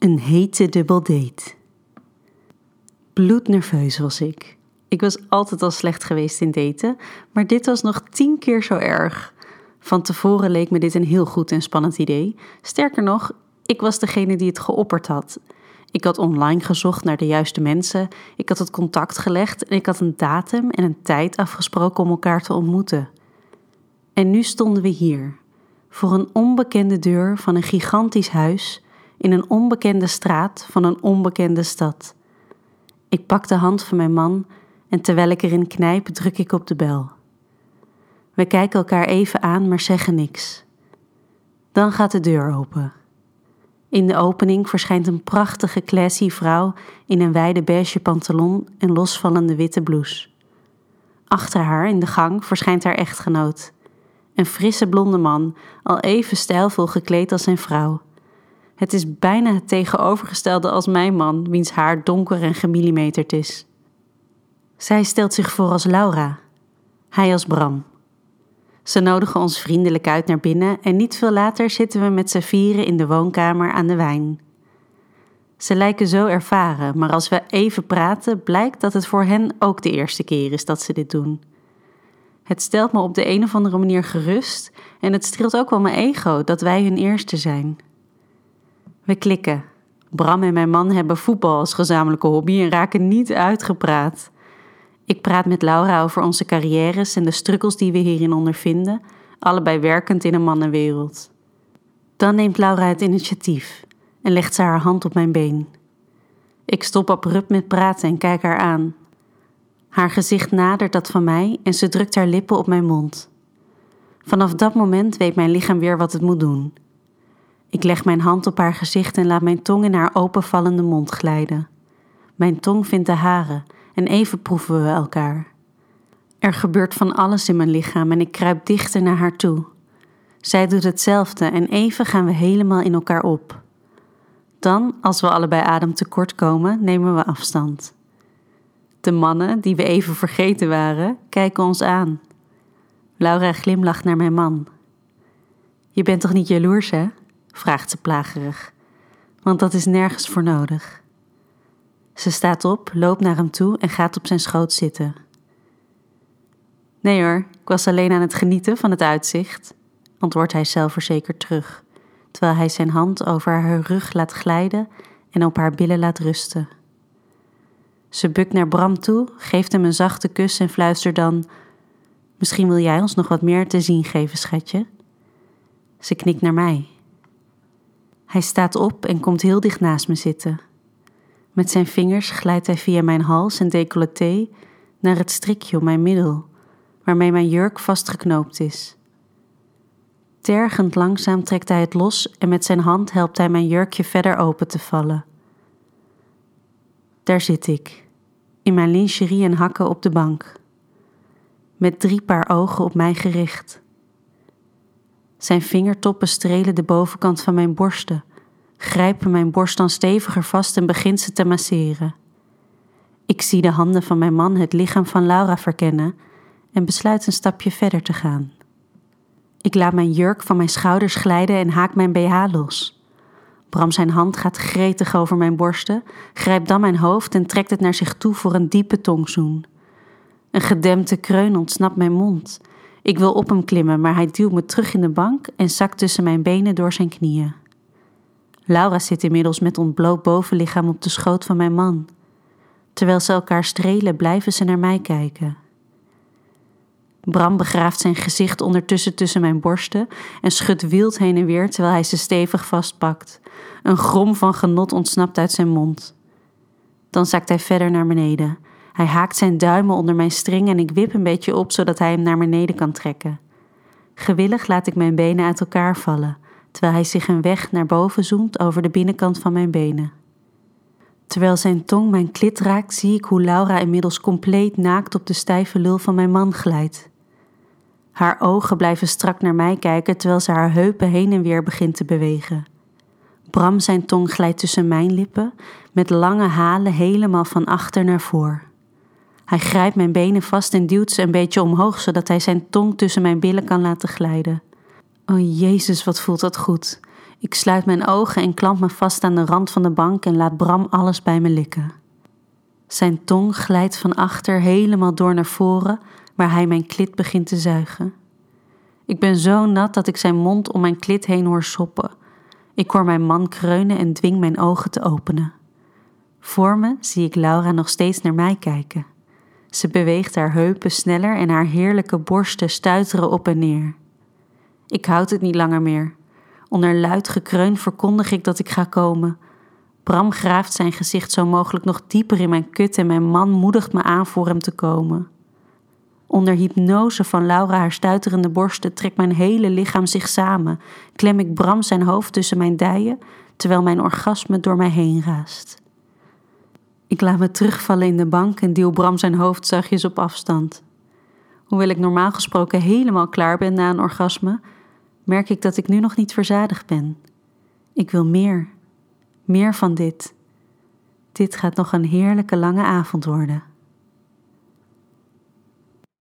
Een hete dubbeldate. Bloednerveus was ik. Ik was altijd al slecht geweest in daten, maar dit was nog 10 keer zo erg. Van tevoren leek me dit een heel goed en spannend idee. Sterker nog, ik was degene die het geopperd had. Ik had online gezocht naar de juiste mensen, ik had het contact gelegd en ik had een datum en een tijd afgesproken om elkaar te ontmoeten. En nu stonden we hier, voor een onbekende deur van een gigantisch huis, in een onbekende straat van een onbekende stad. Ik pak de hand van mijn man en terwijl ik erin knijp, druk ik op de bel. We kijken elkaar even aan, maar zeggen niks. Dan gaat de deur open. In de opening verschijnt een prachtige classy vrouw in een wijde beige pantalon en losvallende witte blouse. Achter haar in de gang verschijnt haar echtgenoot. Een frisse blonde man, al even stijlvol gekleed als zijn vrouw. Het is bijna het tegenovergestelde als mijn man, wiens haar donker en gemillimeterd is. Zij stelt zich voor als Laura, hij als Bram. Ze nodigen ons vriendelijk uit naar binnen en niet veel later zitten we met z'n vieren in de woonkamer aan de wijn. Ze lijken zo ervaren, maar als we even praten blijkt dat het voor hen ook de eerste keer is dat ze dit doen. Het stelt me op de een of andere manier gerust en het streelt ook wel mijn ego dat wij hun eerste zijn. We klikken. Bram en mijn man hebben voetbal als gezamenlijke hobby en raken niet uitgepraat. Ik praat met Laura over onze carrières en de struggles die we hierin ondervinden, allebei werkend in een mannenwereld. Dan neemt Laura het initiatief en legt ze haar hand op mijn been. Ik stop abrupt met praten en kijk haar aan. Haar gezicht nadert dat van mij en ze drukt haar lippen op mijn mond. Vanaf dat moment weet mijn lichaam weer wat het moet doen. Ik leg mijn hand op haar gezicht en laat mijn tong in haar openvallende mond glijden. Mijn tong vindt de hare en even proeven we elkaar. Er gebeurt van alles in mijn lichaam en ik kruip dichter naar haar toe. Zij doet hetzelfde en even gaan we helemaal in elkaar op. Dan, als we allebei ademtekort komen, nemen we afstand. De mannen, die we even vergeten waren, kijken ons aan. Laura glimlacht naar mijn man. Je bent toch niet jaloers, hè? Vraagt ze plagerig. Want dat is nergens voor nodig. Ze staat op, loopt naar hem toe en gaat op zijn schoot zitten. Nee hoor, ik was alleen aan het genieten van het uitzicht, antwoordt hij zelfverzekerd terug, terwijl hij zijn hand over haar rug laat glijden en op haar billen laat rusten. Ze bukt naar Bram toe, geeft hem een zachte kus en fluistert dan: misschien wil jij ons nog wat meer te zien geven, schatje? Ze knikt naar mij. Hij staat op en komt heel dicht naast me zitten. Met zijn vingers glijdt hij via mijn hals en decolleté naar het strikje om mijn middel, waarmee mijn jurk vastgeknoopt is. Tergend langzaam trekt hij het los en met zijn hand helpt hij mijn jurkje verder open te vallen. Daar zit ik, in mijn lingerie en hakken op de bank, met 3 paar ogen op mij gericht. Zijn vingertoppen strelen de bovenkant van mijn borsten, grijpen mijn borst dan steviger vast en begint ze te masseren. Ik zie de handen van mijn man het lichaam van Laura verkennen en besluit een stapje verder te gaan. Ik laat mijn jurk van mijn schouders glijden en haak mijn BH los. Bram zijn hand gaat gretig over mijn borsten, grijpt dan mijn hoofd en trekt het naar zich toe voor een diepe tongzoen. Een gedempte kreun ontsnapt mijn mond. Ik wil op hem klimmen, maar hij duwt me terug in de bank en zakt tussen mijn benen door zijn knieën. Laura zit inmiddels met ontbloot bovenlichaam op de schoot van mijn man. Terwijl ze elkaar strelen, blijven ze naar mij kijken. Bram begraaft zijn gezicht ondertussen tussen mijn borsten en schudt wild heen en weer terwijl hij ze stevig vastpakt. Een grom van genot ontsnapt uit zijn mond. Dan zakt hij verder naar beneden. Hij haakt zijn duimen onder mijn string en ik wip een beetje op zodat hij hem naar beneden kan trekken. Gewillig laat ik mijn benen uit elkaar vallen, terwijl hij zich een weg naar boven zoemt over de binnenkant van mijn benen. Terwijl zijn tong mijn klit raakt, zie ik hoe Laura inmiddels compleet naakt op de stijve lul van mijn man glijdt. Haar ogen blijven strak naar mij kijken terwijl ze haar heupen heen en weer begint te bewegen. Bram zijn tong glijdt tussen mijn lippen, met lange halen helemaal van achter naar voor. Hij grijpt mijn benen vast en duwt ze een beetje omhoog, zodat hij zijn tong tussen mijn billen kan laten glijden. Oh Jezus, wat voelt dat goed. Ik sluit mijn ogen en klamp me vast aan de rand van de bank en laat Bram alles bij me likken. Zijn tong glijdt van achter helemaal door naar voren, waar hij mijn klit begint te zuigen. Ik ben zo nat dat ik zijn mond om mijn klit heen hoor soppen. Ik hoor mijn man kreunen en dwing mijn ogen te openen. Voor me zie ik Laura nog steeds naar mij kijken. Ze beweegt haar heupen sneller en haar heerlijke borsten stuiteren op en neer. Ik houd het niet langer meer. Onder luid gekreun verkondig ik dat ik ga komen. Bram graaft zijn gezicht zo mogelijk nog dieper in mijn kut en mijn man moedigt me aan voor hem te komen. Onder hypnose van Laura haar stuiterende borsten trekt mijn hele lichaam zich samen, klem ik Bram zijn hoofd tussen mijn dijen, terwijl mijn orgasme door mij heen raast. Ik laat me terugvallen in de bank en duw Bram zijn hoofd zachtjes op afstand. Hoewel ik normaal gesproken helemaal klaar ben na een orgasme, merk ik dat ik nu nog niet verzadigd ben. Ik wil meer. Meer van dit. Dit gaat nog een heerlijke lange avond worden.